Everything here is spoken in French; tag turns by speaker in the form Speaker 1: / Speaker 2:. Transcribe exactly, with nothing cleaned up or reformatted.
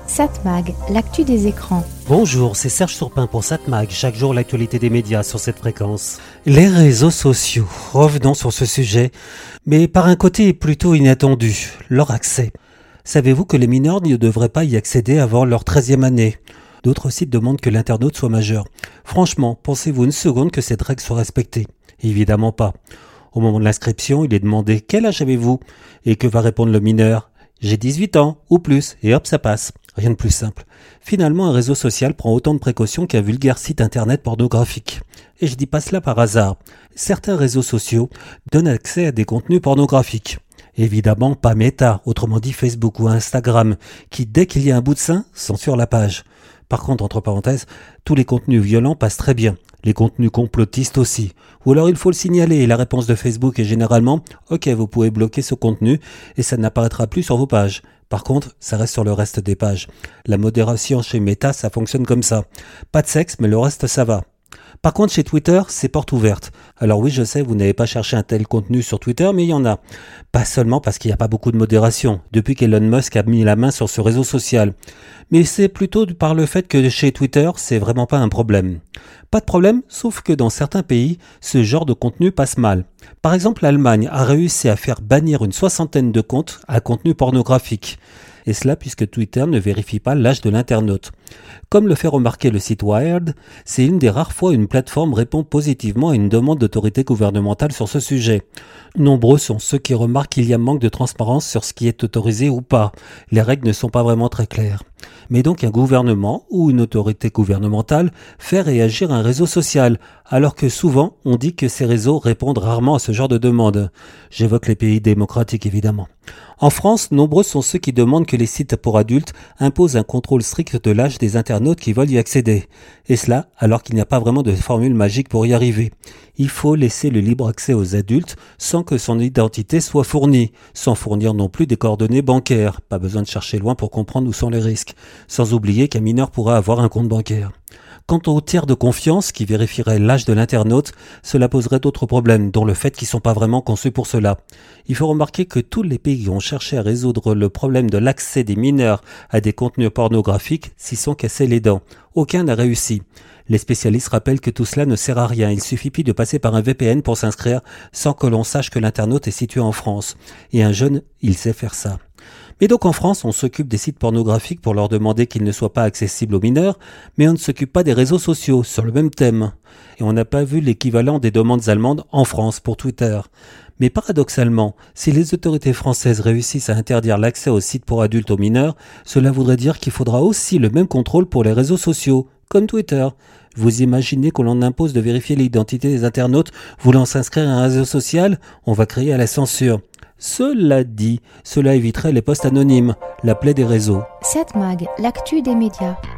Speaker 1: Satmag, l'actu des écrans.
Speaker 2: Bonjour, c'est Serge Surpin pour Satmag, chaque jour l'actualité des médias sur cette fréquence. Les réseaux sociaux, revenons sur ce sujet, mais par un côté plutôt inattendu, leur accès. Savez-vous que les mineurs ne devraient pas y accéder avant leur treizième année ? D'autres sites demandent que l'internaute soit majeur. Franchement, pensez-vous une seconde que cette règle soit respectée ? Évidemment pas. Au moment de l'inscription, il est demandé « Quel âge avez-vous » et que va répondre le mineur ? « J'ai dix-huit ans, ou plus, et hop, ça passe. » Rien de plus simple. Finalement, un réseau social prend autant de précautions qu'un vulgaire site internet pornographique. Et je dis pas cela par hasard. Certains réseaux sociaux donnent accès à des contenus pornographiques. Évidemment, pas Meta, autrement dit Facebook ou Instagram, qui, dès qu'il y a un bout de sein, censure la page. Par contre, entre parenthèses, tous les contenus violents passent très bien. Les contenus complotistes aussi. Ou alors il faut le signaler et la réponse de Facebook est généralement « Ok, vous pouvez bloquer ce contenu et ça n'apparaîtra plus sur vos pages ». Par contre, ça reste sur le reste des pages. La modération chez Meta, ça fonctionne comme ça. Pas de sexe, mais le reste, ça va. Par contre, chez Twitter, c'est porte ouverte. Alors oui, je sais, vous n'avez pas cherché un tel contenu sur Twitter, mais il y en a. Pas seulement parce qu'il n'y a pas beaucoup de modération, depuis qu'Elon Musk a mis la main sur ce réseau social. Mais c'est plutôt par le fait que chez Twitter, c'est vraiment pas un problème. Pas de problème, sauf que dans certains pays, ce genre de contenu passe mal. Par exemple, l'Allemagne a réussi à faire bannir une soixantaine de comptes à contenu pornographique. Et cela puisque Twitter ne vérifie pas l'âge de l'internaute. Comme le fait remarquer le site Wired, c'est une des rares fois où une plateforme répond positivement à une demande d'autorité gouvernementale sur ce sujet. Nombreux sont ceux qui remarquent qu'il y a manque de transparence sur ce qui est autorisé ou pas. Les règles ne sont pas vraiment très claires. Mais donc un gouvernement ou une autorité gouvernementale fait réagir un réseau social, alors que souvent on dit que ces réseaux répondent rarement à ce genre de demande. J'évoque les pays démocratiques évidemment. En France, nombreux sont ceux qui demandent que les sites pour adultes imposent un contrôle strict de l'âge des internautes qui veulent y accéder. Et cela alors qu'il n'y a pas vraiment de formule magique pour y arriver. Il faut laisser le libre accès aux adultes sans que son identité soit fournie, sans fournir non plus des coordonnées bancaires. Pas besoin de chercher loin pour comprendre où sont les risques. Sans oublier qu'un mineur pourra avoir un compte bancaire. Quant aux tiers de confiance qui vérifieraient l'âge de l'internaute, cela poserait d'autres problèmes, dont le fait qu'ils ne sont pas vraiment conçus pour cela. Il faut remarquer que tous les pays qui ont cherché à résoudre le problème de l'accès des mineurs à des contenus pornographiques s'y sont cassés les dents. Aucun n'a réussi. Les spécialistes rappellent que tout cela ne sert à rien. Il suffit plus de passer par un V P N pour s'inscrire sans que l'on sache que l'internaute est situé en France. Et un jeune, il sait faire ça. Mais donc en France, on s'occupe des sites pornographiques pour leur demander qu'ils ne soient pas accessibles aux mineurs, mais on ne s'occupe pas des réseaux sociaux sur le même thème. Et on n'a pas vu l'équivalent des demandes allemandes en France pour Twitter. Mais paradoxalement, si les autorités françaises réussissent à interdire l'accès aux sites pour adultes aux mineurs, cela voudrait dire qu'il faudra aussi le même contrôle pour les réseaux sociaux, comme Twitter. Vous imaginez qu'on en impose de vérifier l'identité des internautes voulant s'inscrire à un réseau social ? On va crier à la censure. Cela dit, cela éviterait les posts anonymes, la plaie des réseaux.
Speaker 1: Satmag, l'actu des médias.